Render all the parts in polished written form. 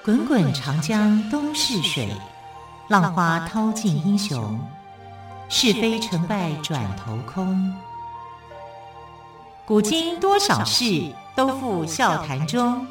滚滚长江东逝水，浪花淘尽英雄。是非成败转头空。古今多少事，都付笑谈中。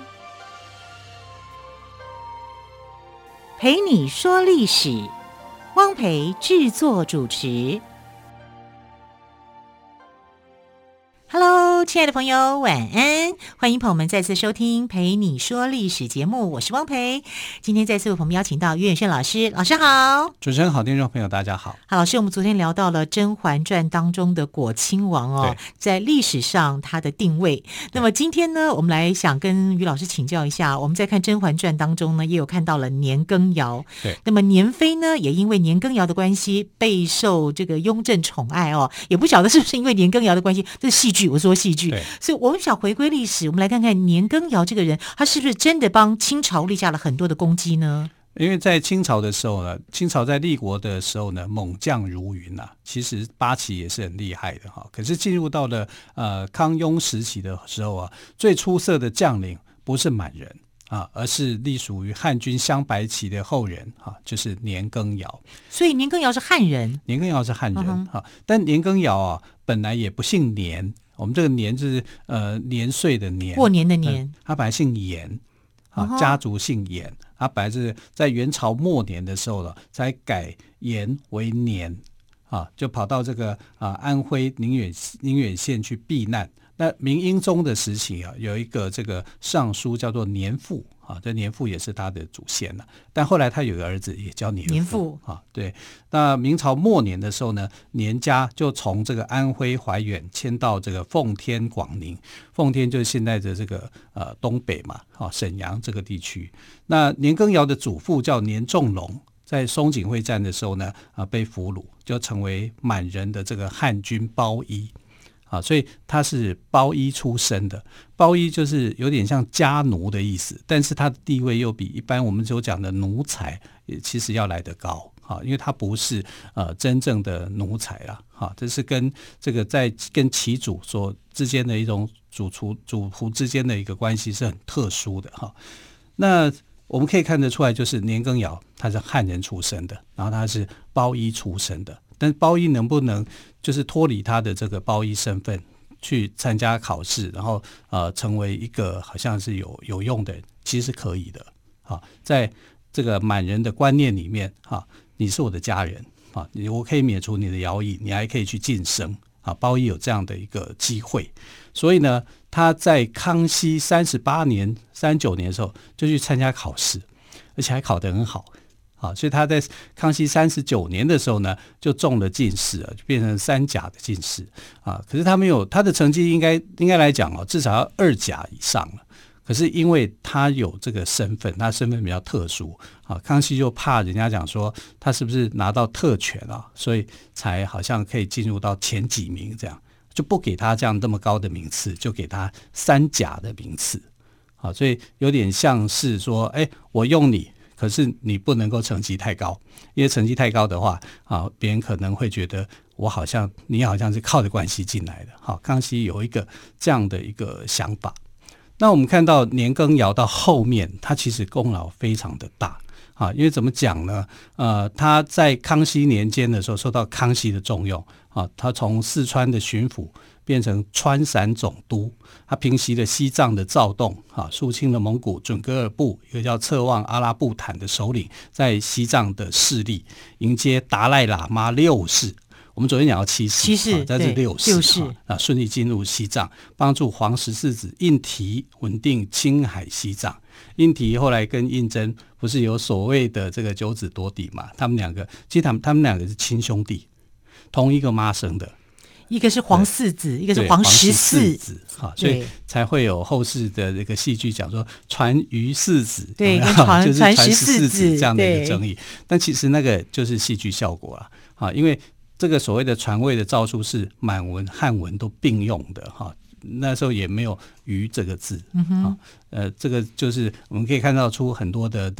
陪你说历史，汪培制作主持。Hello， 亲爱的朋友，晚安！欢迎朋友们再次收听《陪你说历史》节目，我是汪培。今天再次为朋友们邀请到于远炫老师，老师好。 主持人好，听众朋友大家好。 好，老师，我们昨天聊到了《甄嬛传》当中的果亲王哦，在历史上它的定位。那么今天呢，我们来想跟于老师请教一下，我们在看《甄嬛传》当中呢，也有看到了年羹尧。 对， 那么年妃呢，也因为年羹尧的关系备受这个雍正宠爱哦，也不晓得是不是因为年羹尧的关系，这是戏剧，我说戏剧。所以我们想回归历史，我们来看看年羹尧这个人，他是不是真的帮清朝立下了很多的功绩呢？ 因为在清朝的时候呢，清朝在立国的时候呢，猛将如云啊，其实八旗也是很厉害的哈。可是进入到了康雍时期的时候啊，最出色的将领不是满人啊，而是隶属于汉军镶白旗的后人啊，就是年羹尧。 所以年羹尧是汉人， 年羹尧是汉人哈，但年羹尧啊本来也不姓年。我们这个年就是年岁的年， 过年的年， 他本来姓严啊，家族姓严，他本来是在元朝末年的时候了，才改严为年啊，就跑到这个安徽宁远县去避难。那明英宗的时期啊，有一个这个尚书叫做年富啊，这年富也是他的祖先了。但后来他有个儿子也叫年富啊，对。那明朝末年的时候呢，年家就从这个安徽怀远迁到这个奉天广宁，奉天就是现在的这个东北嘛，沈阳这个地区。那年羹尧的祖父叫年仲龙，在松锦会战的时候呢，被俘虏，就成为满人的这个汉军包衣。所以他是包衣出身的，包衣就是有点像家奴的意思，但是他的地位又比一般我们所讲的奴才其实要来得高，因为他不是真正的奴才啦，这是跟这个在跟旗主所之间的一种主仆之间的一个关系是很特殊的哈。那我们可以看得出来，就是年羹尧他是汉人出身的，然后他是包衣出身的。但包衣能不能就是脱离他的这个包衣身份去参加考试，然后成为一个好像是有用的人，其实是可以的。在这个满人的观念里面，你是我的家人，我可以免除你的徭役，你还可以去晋升，包衣有这样的一个机会。所以呢，他在康熙38年、39年的时候就去参加考试，而且还考得很好。所以他在康熙39年的时候呢，就中了进士就变成3甲的进士可是他的成绩应该来讲至少要2甲以上了。可是因为他有这个身份，他身份比较特殊康熙就怕人家讲说他是不是拿到特权所以才好像可以进入到前几名，这样就不给他这样这么高的名次，就给他3甲的名次所以有点像是说我用你，可是你不能够成绩太高，因为成绩太高的话别人可能会觉得你好像是靠着关系进来的康熙有一个这样的一个想法。那我们看到年羹尧到后面，他其实功劳非常的大因为怎么讲呢？他在康熙年间的时候受到康熙的重用他从四川的巡抚变成川陕总督，他平息了西藏的躁动肃清了蒙古准噶尔部一个叫策妄阿拉布坦的首领在西藏的势力，迎接达赖喇嘛6世。我们昨天讲到7世，但是6世顺利进入西藏，帮助皇十四子胤禔稳定青海西藏。胤禔后来跟胤禛不是有所谓的这个九子夺嫡嘛？他们两个其实他们两个是亲兄弟，同一个妈生的。 一个是皇四子，一个是皇14子所以才会有后世的这个戏剧讲说传于四子， 对， 就是传14 子这样的一个争议。但其实那个就是戏剧效果因为这个所谓的传位的诏书是满文汉文都并用的那时候也没有于这个字这个就是我们可以看到出很多的那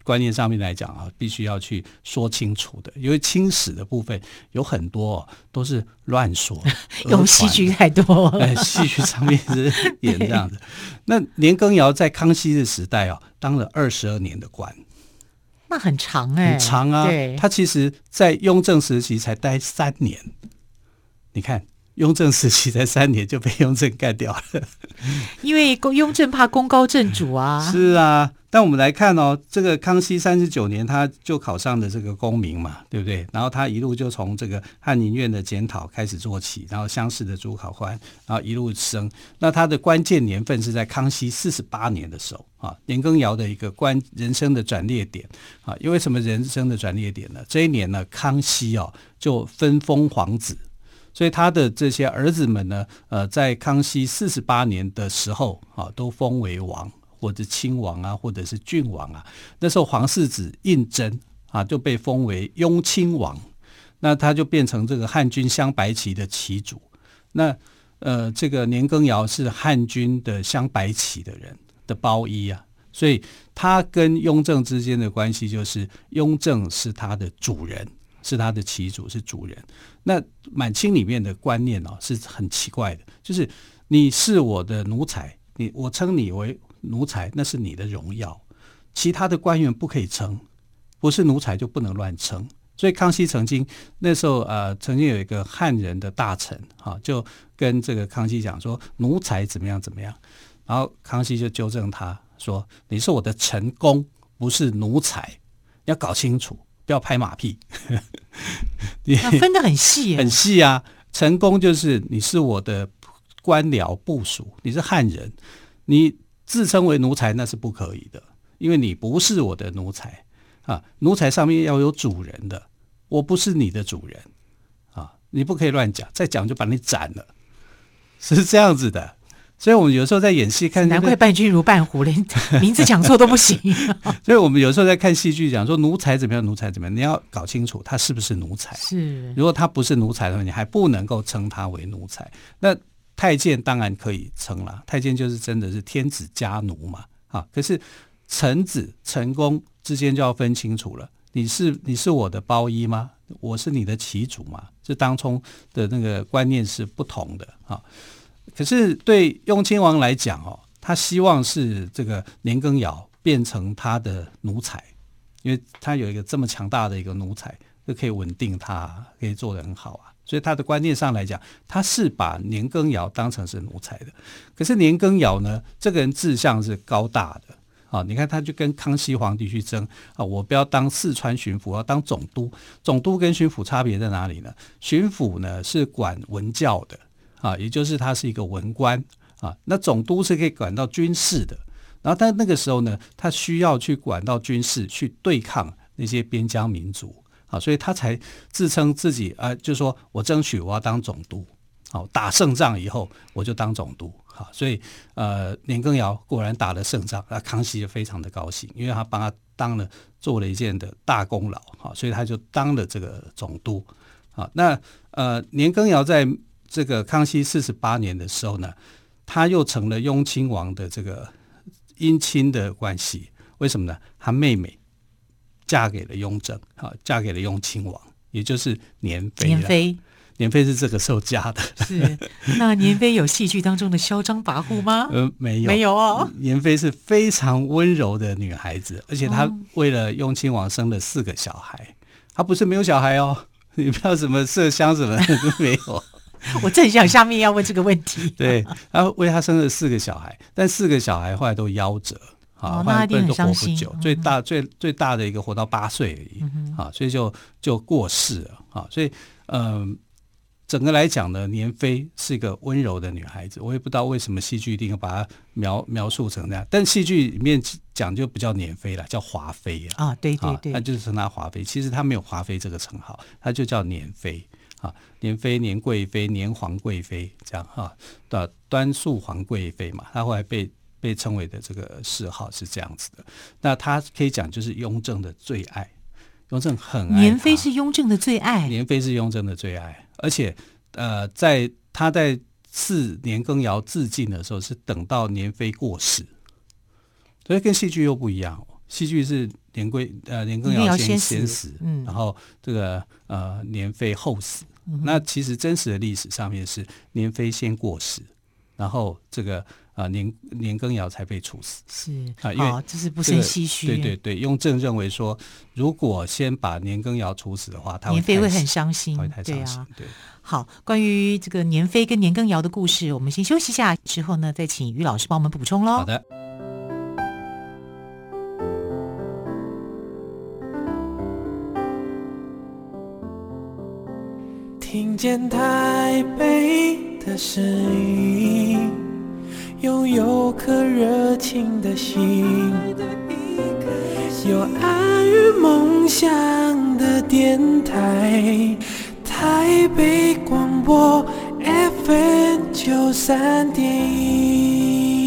观念上面来讲啊，必须要去说清楚的，因为清史的部分有很多都是乱说， 用戏剧太多， 戏剧上面是演这样子。那年羹尧在康熙的时代当了22年的官， 那很长很长啊。 对， 他其实在雍正时期才待3年，你看。雍正时期才3年就被雍正干掉了， 因为雍正怕功高震主啊。 是啊，但我们来看这个康熙39年他就考上了这个功名嘛，对不对？然后他一路就从这个翰林院的检讨开始做起，然后乡试的主考官，然后一路升。那他的关键年份是在康熙48年的时候啊，年羹尧的一个人生的转捩点啊。因为什么人生的转捩点呢？这一年呢，康熙就分封皇子。所以他的这些儿子们呢，在康熙48年的时候都封为王，或者亲王啊，或者是郡王啊。那时候皇四子胤禛就被封为雍亲王，那他就变成这个汉军镶白旗的旗主。那这个年羹尧是汉军的镶白旗的人的包衣啊，所以他跟雍正之间的关系就是雍正是他的主人。是他的旗主，是主人。那满清里面的观念是很奇怪的，就是你是我的奴才，我称你为奴才，那是你的荣耀，其他的官员不可以称，不是奴才就不能乱称。所以康熙那时候曾经有一个汉人的大臣就跟这个康熙讲说奴才怎么样怎么样，然后康熙就纠正他说你是我的臣工，不是奴才，要搞清楚。不要拍马屁分得很细很细啊。臣工就是你是我的官僚部属，你是汉人，你自称为奴才那是不可以的，因为你不是我的奴才啊。奴才上面要有主人的，我不是你的主人啊，你不可以乱讲，再讲就把你斩了，是这样子的。所以我们有时候在演戏看， 难怪伴君如伴虎，连名字讲错都不行。 所以我们有时候在看戏剧讲说奴才怎么样，奴才怎么样，你要搞清楚他是不是奴才。 是， 如果他不是奴才的话，你还不能够称他为奴才。那太监当然可以称了，太监就是真的是天子家奴嘛啊。可是臣子、臣工之间就要分清楚了，你是我的包衣吗？我是你的旗主吗？这当中的那个观念是不同的啊。可是对雍亲王来讲他希望是这个年羹尧变成他的奴才，因为他有一个这么强大的一个奴才，就可以稳定他，可以做得很好啊。所以他的观念上来讲，他是把年羹尧当成是奴才的。可是年羹尧呢，这个人志向是高大的啊。你看他就跟康熙皇帝去争啊，我不要当四川巡抚，我要当总督。总督跟巡抚差别在哪里呢？巡抚呢是管文教的啊，也就是他是一个文官啊，那总督是可以管到军事的，然后但那个时候呢，他需要去管到军事，去对抗那些边疆民族啊，所以他才自称自己就说我争取我要当总督，好，打胜仗以后我就当总督，好，所以年羹尧果然打了胜仗，康熙就非常的高兴，因为他帮他做了一件的大功劳，好，所以他就当了这个总督，好，那年羹尧在这个康熙48年的时候呢，他又成了雍亲王的这个姻亲的关系。为什么呢？他妹妹嫁给了雍正，嫁给了雍亲王，也就是年妃。年妃是这个时候嫁的。 是，那年妃有戏剧当中的嚣张跋扈吗？ 没有， 没有哦。 年妃是非常温柔的女孩子，而且她为了雍亲王生了4个小孩。她不是没有小孩哦，你不要什么麝香什么没有。 我正想下面要问这个问题。 对，他为他生了4个小孩，但4个小孩后来都夭折， 那一定很伤心。 最大的一个活到8岁而已，所以就过世了所以整个来讲呢，年妃是一个温柔的女孩子，我也不知道为什么戏剧一定要把她描述成那样，但戏剧里面讲就不叫年妃了，叫华妃啊，对对对， 那就是称她华妃，其实她没有华妃这个称号，她就叫年妃。年妃、年贵妃、年皇贵妃这样端肃皇贵妃嘛，她后来被称为的这个谥号是这样子的。那她可以讲就是雍正的最爱，雍正很爱她。 年妃是雍正的最爱， 年妃是雍正的最爱，而且他在赐年羹尧自尽的时候，是等到年妃过世，所以跟戏剧又不一样。 戏剧是年羹尧先死，然后这个年妃后死。那其实真实的历史上面是年妃先过世，然后这个年羹尧才被处死。 是因为这是不胜唏嘘。 对，雍正认为说，如果先把年羹尧处死的话， 年妃会很伤心， 会太伤心。对， 好，关于这个年妃跟年羹尧的故事，我们先休息一下，之后呢，再请于老师帮我们补充喽。 好的。 听见台北的声音，拥有颗热情的心，有爱与梦想的电台，台北广播 FM93.1。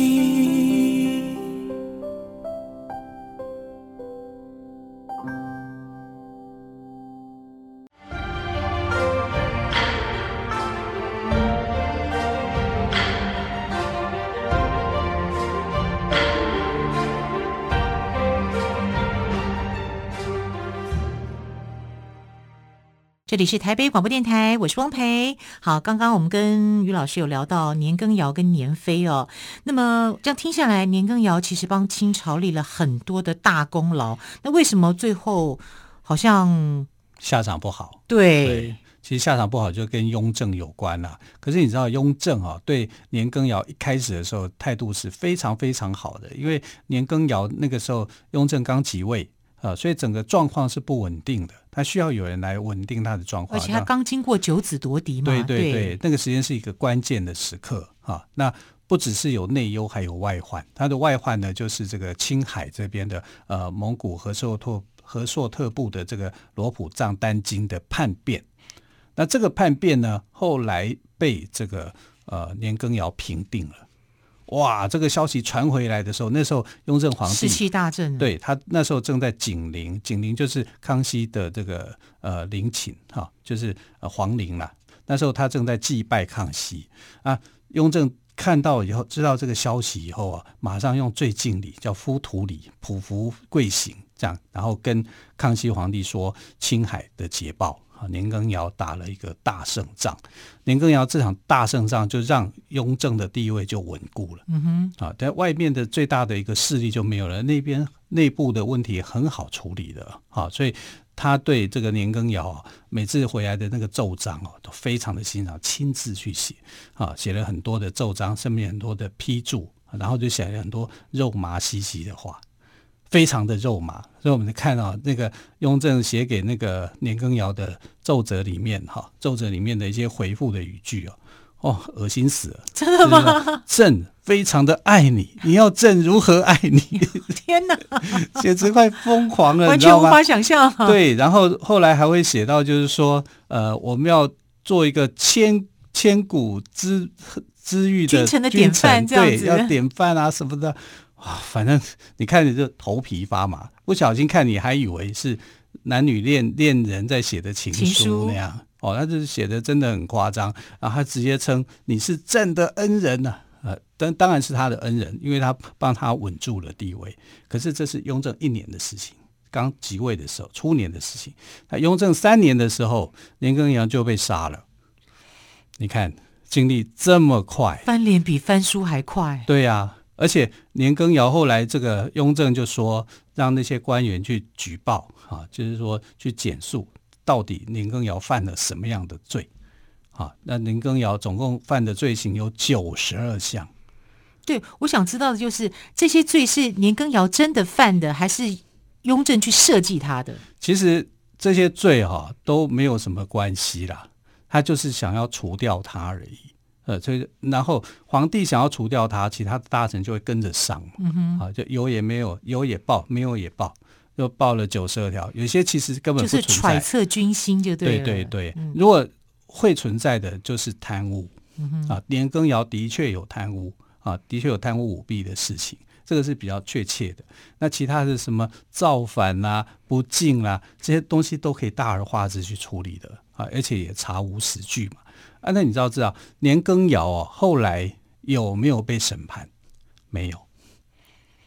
这里是台北广播电台，我是汪培。好，刚刚我们跟于老师有聊到年羹尧跟年妃哦，那么这样听下来，年羹尧其实帮清朝立了很多的大功劳，那为什么最后好像下场不好？ 对， 其实下场不好就跟雍正有关啦。可是你知道雍正对年羹尧一开始的时候态度是非常非常好的，因为年羹尧那个时候雍正刚即位所以整个状况是不稳定的，他需要有人来稳定他的状况。 而且他刚经过九子夺嫡嘛， 对，那个时间是一个关键的时刻那不只是有内忧，还有外患。他的外患呢，就是这个青海这边的蒙古和硕特部的这个罗卜藏丹津的叛变。那这个叛变呢，后来被这个年羹尧平定了。哇，这个消息传回来的时候，那时候雍正皇帝士气大振， 对，他那时候正在景陵就是康熙的这个陵寝就是皇陵啦。那时候他正在祭拜康熙雍正看到以后，知道这个消息以后马上用最敬礼，叫敷土礼，匍匐跪行这样，然后跟康熙皇帝说青海的捷报。年羹尧打了一个大胜仗，年羹尧这场大胜仗就让雍正的地位就稳固了。但外面的最大的一个势力就没有了，那边内部的问题很好处理的所以他对这个年羹尧每次回来的那个奏章都非常的欣赏，亲自去写写了很多的奏章，上面很多的批注，然后就写了很多肉麻兮兮的话，非常的肉麻。所以我们看到那个雍正写给那个年羹尧的奏折里面的一些回复的语句恶心死了。 真的吗？ 朕非常的爱你，你要朕如何爱你？ 天哪， 简直快疯狂了， 完全无法想象。 对，然后后来还会写到就是说我们要做一个千古之誉的君臣的典范，这样子， 对，要典范什么的。反正你看你就头皮发麻，不小心看你还以为是男女恋人在写的情书那样他就是写的真的很夸张，然后他直接称你是朕的恩人当然是他的恩人，因为他帮他稳住了地位。可是这是雍正1年的事情，刚即位的时候初年的事情。雍正3年的时候，年羹尧就被杀了。你看经历这么快， 翻脸比翻书还快。 对啊，而且年羹尧后来这个雍正就说让那些官员去举报就是说去检诉到底年羹尧犯了什么样的罪那年羹尧总共犯的罪行有92项。 对，我想知道的就是这些罪是年羹尧真的犯的，还是雍正去设计他的？ 其实这些罪都没有什么关系啦，他就是想要除掉他而已。所以然后皇帝想要除掉他，其他的大臣就会跟着上就有也没有，有也报，没有也报，就报了92条。有些其实根本不存在， 就是揣测军心就对了。 对，如果会存在的就是贪污年羹尧的确有贪污的确有贪污舞弊的事情，这个是比较确切的。那其他的什么造反不敬这些东西都可以大而化之去处理的而且也查无实据嘛。那你知道年羹尧后来有没有被审判？没有。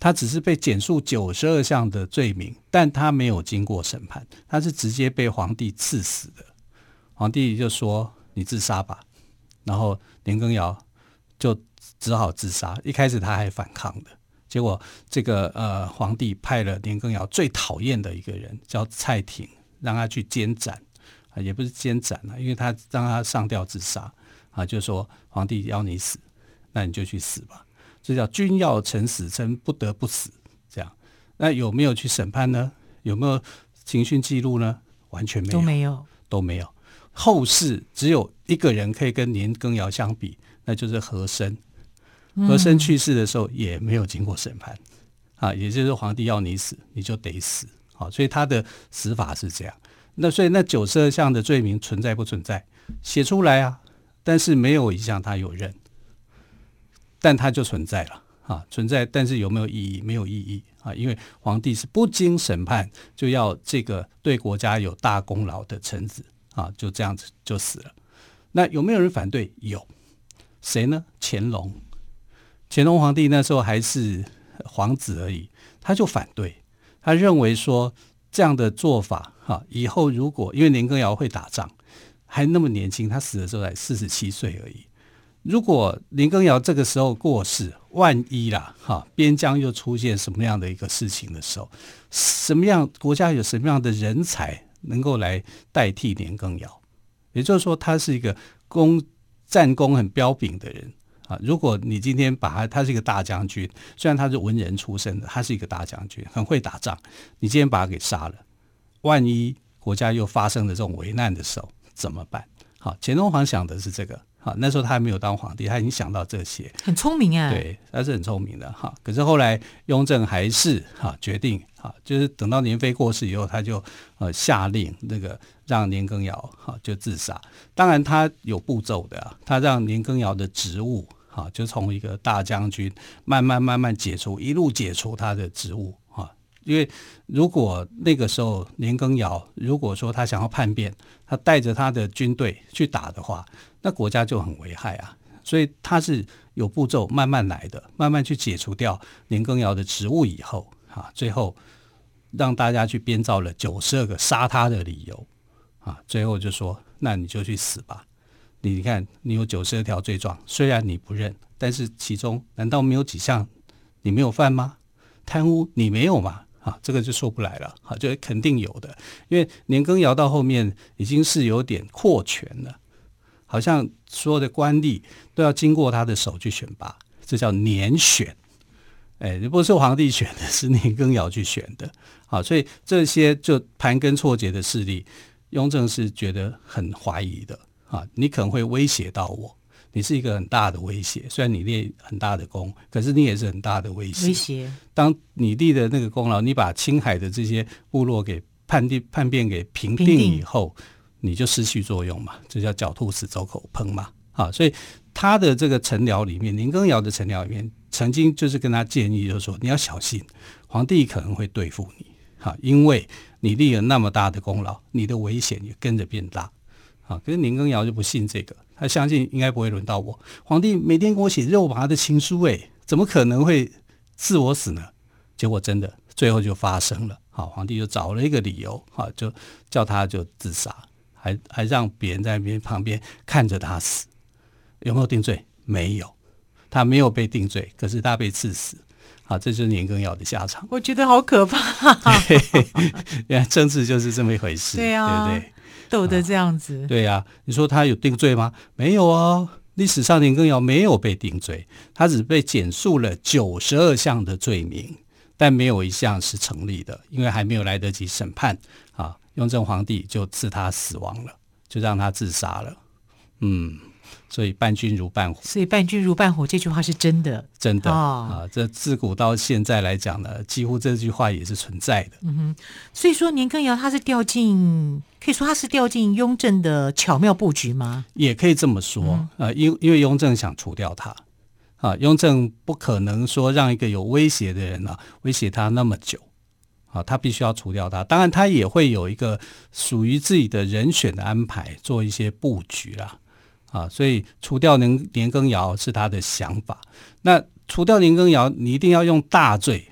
他只是被检诉92项的罪名，但他没有经过审判，他是直接被皇帝赐死的。皇帝就说你自杀吧，然后年羹尧就只好自杀。一开始他还反抗的，结果这个皇帝派了年羹尧最讨厌的一个人叫蔡廷，让他去监斩，也不是监斩啊，因为他让他上吊自杀啊，就说皇帝要你死，那你就去死吧。这叫君要臣死，臣不得不死，这样。那有没有去审判呢？有没有刑讯记录呢？完全没有，都没有。后世只有一个人可以跟年羹尧相比，那就是和珅。和珅去世的时候也没有经过审判啊，也就是皇帝要你死，你就得死。好，所以他的死法是这样。那所以那92项的罪名存在不存在？写出来啊，但是没有一项他有认。但它就存在了啊，存在，但是有没有意义？没有意义啊，因为皇帝是不经审判就要这个对国家有大功劳的臣子啊，就这样子就死了。那有没有人反对？有，谁呢？乾隆皇帝那时候还是皇子而已，他就反对，他认为说这样的做法啊，以后如果因为年羹尧会打仗，还那么年轻，他死的时候才47岁而已。如果年羹尧这个时候过世，万一啦边疆又出现什么样的一个事情的时候，国家有什么样的人才能够来代替年羹尧？也就是说，他是一个战功很彪炳的人啊。如果你今天把他是一个大将军，虽然他是文人出身的，他是一个大将军，很会打仗，你今天把他给杀了，万一国家又发生了这种危难的时候怎么办？好，乾隆皇想的是这个。好，那时候他还没有当皇帝，他已经想到这些， 很聪明啊。 对，他是很聪明的哈。可是后来雍正还是决定就是等到年妃过世以后，他就下令那个让年羹尧就自杀。当然他有步骤的啊，他让年羹尧的职务就从一个大将军慢慢解除，一路解除他的职务啊。因为如果那个时候年羹尧如果说他想要叛变，他带着他的军队去打的话，那国家就很危害啊。所以他是有步骤慢慢来的，慢慢去解除掉年羹尧的职务以后最后让大家去编造了92个杀他的理由最后就说那你就去死吧。你看你有92条罪状，虽然你不认，但是其中难道没有几项你没有犯吗？贪污你没有吗？这个就说不来了就肯定有的。因为年羹尧到后面已经是有点扩权了，好像所有的官吏都要经过他的手去选拔，这叫年选。不是皇帝选的，是年羹尧去选的。所以这些就盘根错节的势力，雍正是觉得很怀疑的你可能会威胁到我，你是一个很大的威胁，虽然你立很大的功，可是你也是很大的威胁。当你立的那个功劳，你把青海的这些部落给叛变给平定以后，你就失去作用嘛，这叫狡兔死走口烹嘛。所以他的这个臣僚里面，年羹尧的臣僚里面曾经就是跟他建议，就是说你要小心，皇帝可能会对付你因为你立了那么大的功劳，你的危险也跟着变大可是年羹尧就不信这个，他相信应该不会轮到我，皇帝每天给我写肉麻的情书怎么可能会赐我死呢？结果真的最后就发生了皇帝就找了一个理由就叫他就自杀，还让别人在那边旁边看着他死。有没有定罪？没有，他没有被定罪，可是他被赐死这就是年羹尧的下场。 我觉得好可怕原来政治就是这么一回事。 对啊，对不对？斗得这样子对啊，你说他有定罪吗？没有啊，历史上年羹尧没有被定罪，他只被检诉了92项的罪名，但没有一项是成立的，因为还没有来得及审判雍正皇帝就赐他死亡了，就让他自杀了。所以伴君如伴虎， 所以伴君如伴虎这句话是真的， 真的这自古到现在来讲呢，几乎这句话也是存在的。 所以说年羹尧他是可以说他是掉进雍正的巧妙布局吗？ 也可以这么说因为雍正想除掉他雍正不可能说让一个有威胁的人威胁他那么久他必须要除掉他。当然他也会有一个属于自己的人选的安排，做一些布局啦所以除掉年羹尧是他的想法。那除掉年羹尧，你一定要用大罪，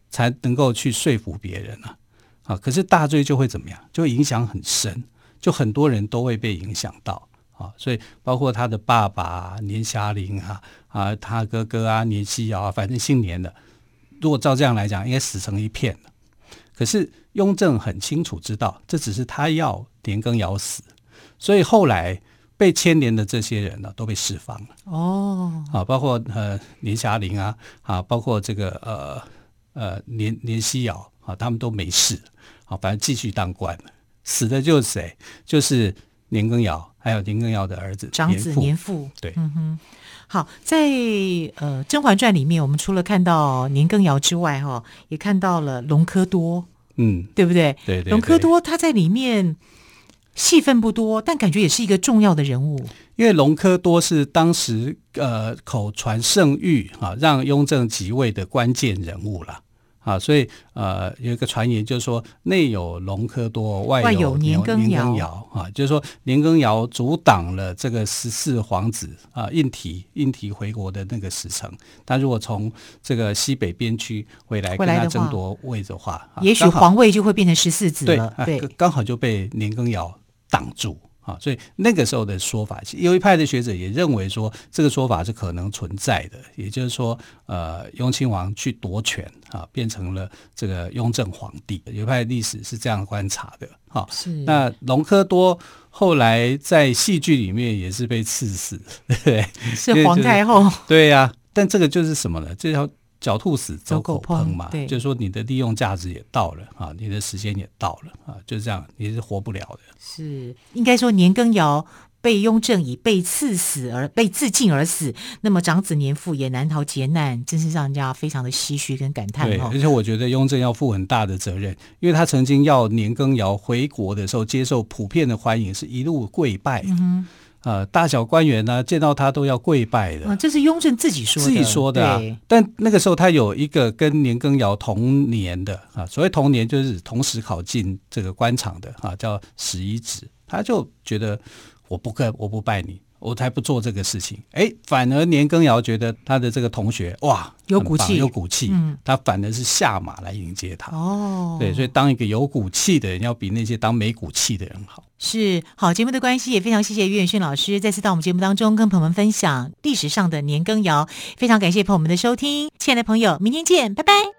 才能够去说服别人啊。可是大罪就会怎么样？就影响很深，就很多人都会被影响到啊。所以包括他的爸爸年霞龄他哥哥年希尧反正姓年的，如果照这样来讲，应该死成一片了。可是雍正很清楚知道，这只是他要年羹尧死，所以后来被牵连的这些人都被释放了。包括年霞龄包括这个年希尧他们都没事反正继续当官了。死的就是谁？就是年羹尧，还有年羹尧的儿子长子年父。 对， 好，在甄嬛传里面，我们除了看到年羹尧之外也看到了隆科多，对不对？ 对， 隆科多他在里面戏份不多，但感觉也是一个重要的人物。 因为隆科多是当时口传圣谕让雍正即位的关键人物了。所以有一个传言就是说，内有隆科多，外有年羹尧就是说年羹尧阻挡了这个14皇子胤禔回国的那个时程。他如果从这个西北边区回来跟他争夺位的话， 也许皇位就会变成14子了。 对，刚好就被年羹尧挡住。所以那个时候的说法，有一派的学者也认为说这个说法是可能存在的，也就是说雍亲王去夺权变成了这个雍正皇帝。有一派历史是这样观察的。那隆科多后来在戏剧里面也是被赐死，对， 是皇太后。 对呀，但这个就是什么呢？这条狡兔死走狗烹嘛，就是说你的利用价值也到了你的时间也到了就这样，你是活不了的。 是应该说年羹尧被雍正以被赐死而被自尽而死，那么长子年父也难逃劫难，真是让人家非常的唏嘘跟感叹。 对，而且我觉得雍正要负很大的责任，因为他曾经要年羹尧回国的时候接受普遍的欢迎，是一路跪拜。大小官员见到他都要跪拜的。 这是雍正自己说的。 但那个时候他有一个跟年羹尧同年的所谓同年就是同时考进这个官场的叫史遗址，他就觉得我不拜你，我才不做这个事情。反而年羹尧觉得他的这个同学有骨气，他反而是下马来迎接他。对，所以当一个有骨气的人要比那些当没骨气的人好。 是，好，节目的关系也非常谢谢于远逊老师再次到我们节目当中跟朋友们分享历史上的年羹尧，非常感谢朋友们的收听，亲爱的朋友，明天见，拜拜。